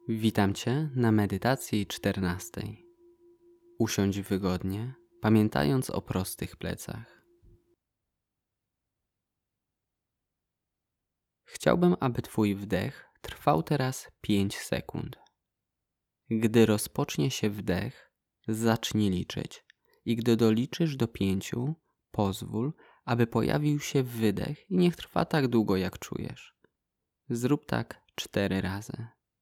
Witam Cię na medytacji 14. Usiądź wygodnie, pamiętając o prostych plecach. Chciałbym, aby Twój wdech trwał teraz 5 sekund. Gdy rozpocznie się wdech, zacznij liczyć i gdy doliczysz do 5, pozwól, aby pojawił się wydech i niech trwa tak długo, jak czujesz. Zrób tak 4 razy.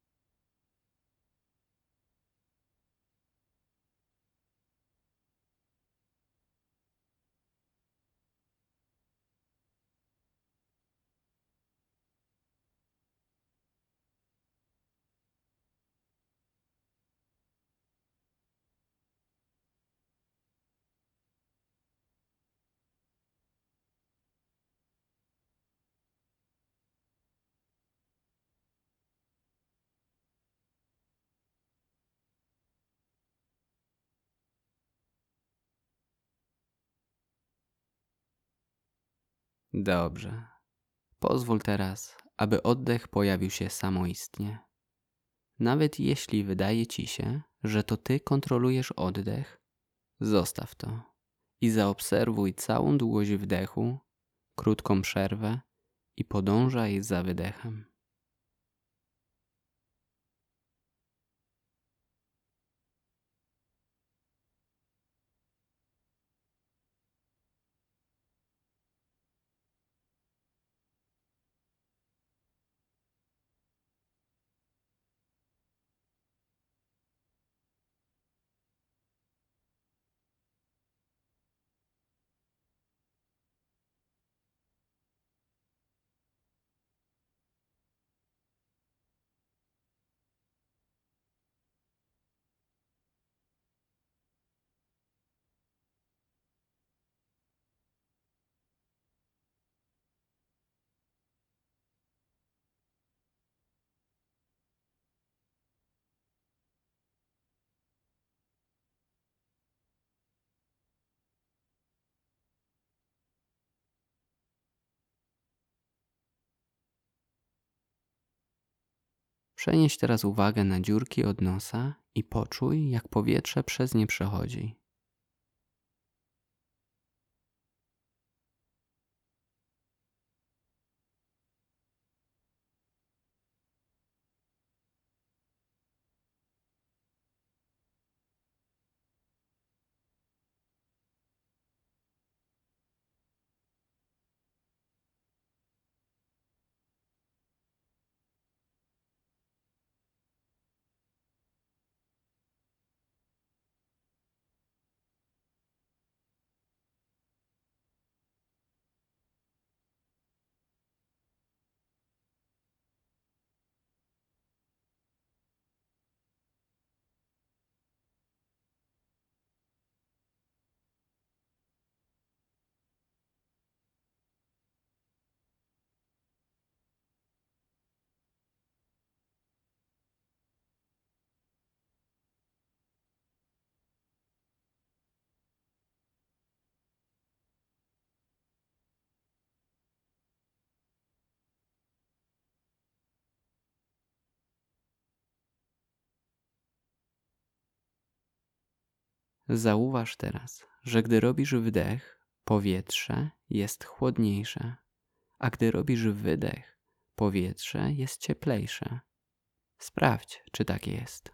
Dobrze. Pozwól teraz, aby oddech pojawił się samoistnie. Nawet jeśli wydaje Ci się, że to Ty kontrolujesz oddech, zostaw to i zaobserwuj całą długość wdechu, krótką przerwę i podążaj za wydechem. Przenieś teraz uwagę na dziurki od nosa i poczuj, jak powietrze przez nie przechodzi. Zauważ teraz, że gdy robisz wdech, powietrze jest chłodniejsze, a gdy robisz wydech, powietrze jest cieplejsze. Sprawdź, czy tak jest.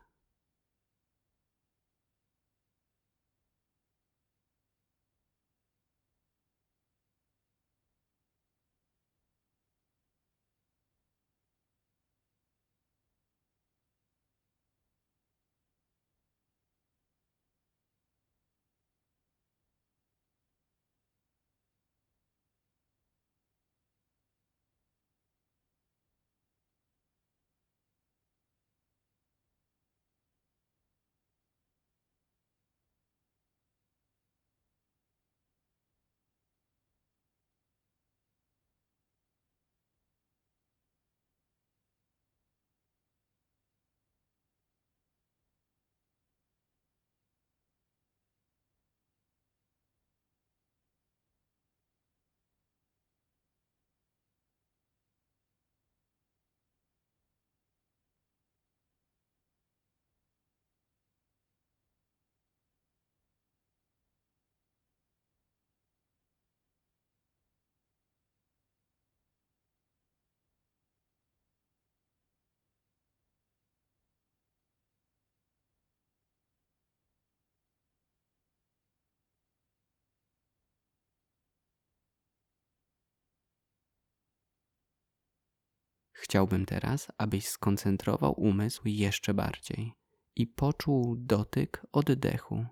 Chciałbym teraz, abyś skoncentrował umysł jeszcze bardziej i poczuł dotyk oddechu.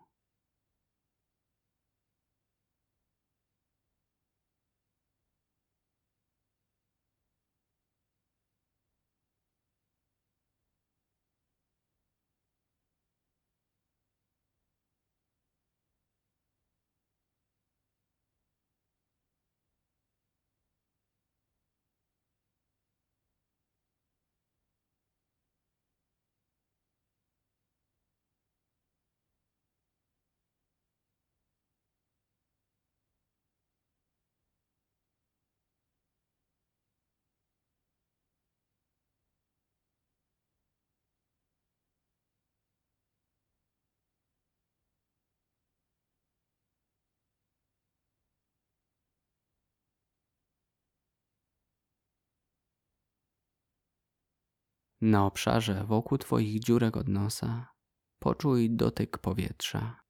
Na obszarze wokół Twoich dziurek od nosa poczuj dotyk powietrza.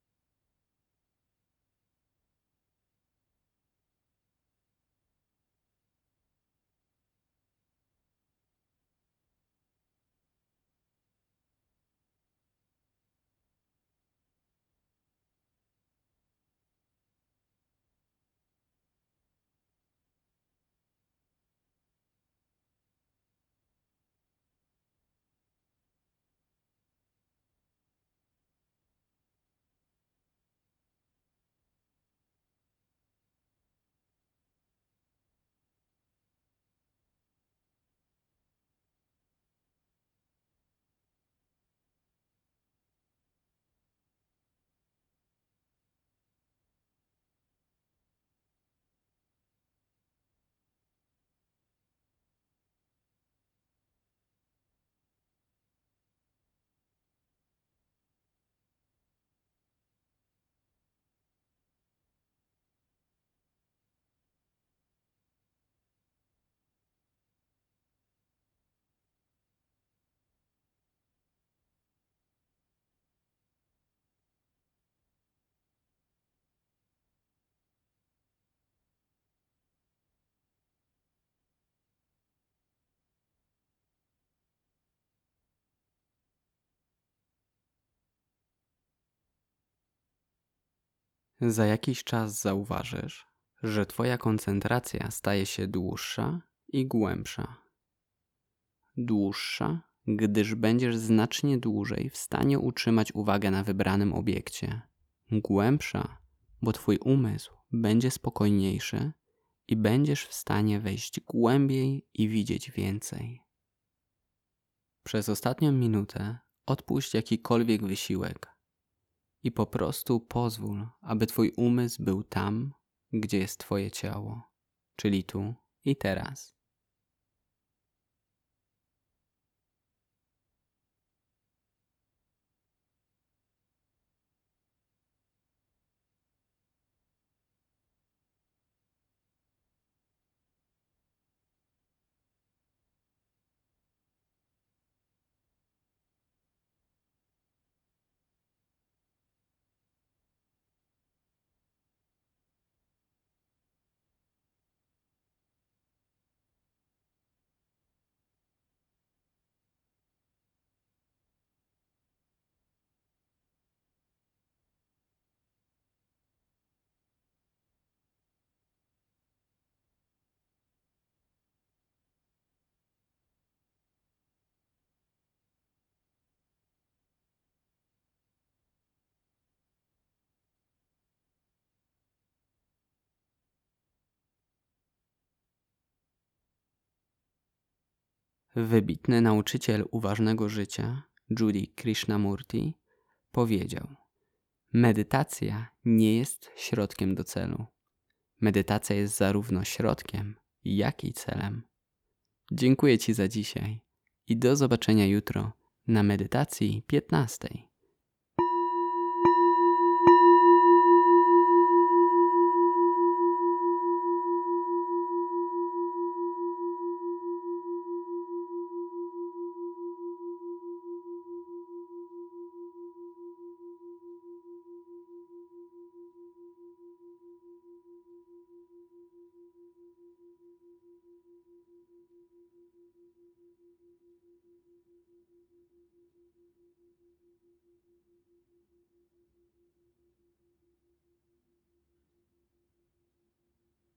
Za jakiś czas zauważysz, że Twoja koncentracja staje się dłuższa i głębsza. Dłuższa, gdyż będziesz znacznie dłużej w stanie utrzymać uwagę na wybranym obiekcie. Głębsza, bo Twój umysł będzie spokojniejszy i będziesz w stanie wejść głębiej i widzieć więcej. Przez ostatnią minutę odpuść jakikolwiek wysiłek i po prostu pozwól, aby Twój umysł był tam, gdzie jest Twoje ciało, czyli tu i teraz. Wybitny nauczyciel uważnego życia, Judy Krishnamurti, powiedział: medytacja nie jest środkiem do celu. Medytacja jest zarówno środkiem, jak i celem. Dziękuję Ci za dzisiaj i do zobaczenia jutro na medytacji 15.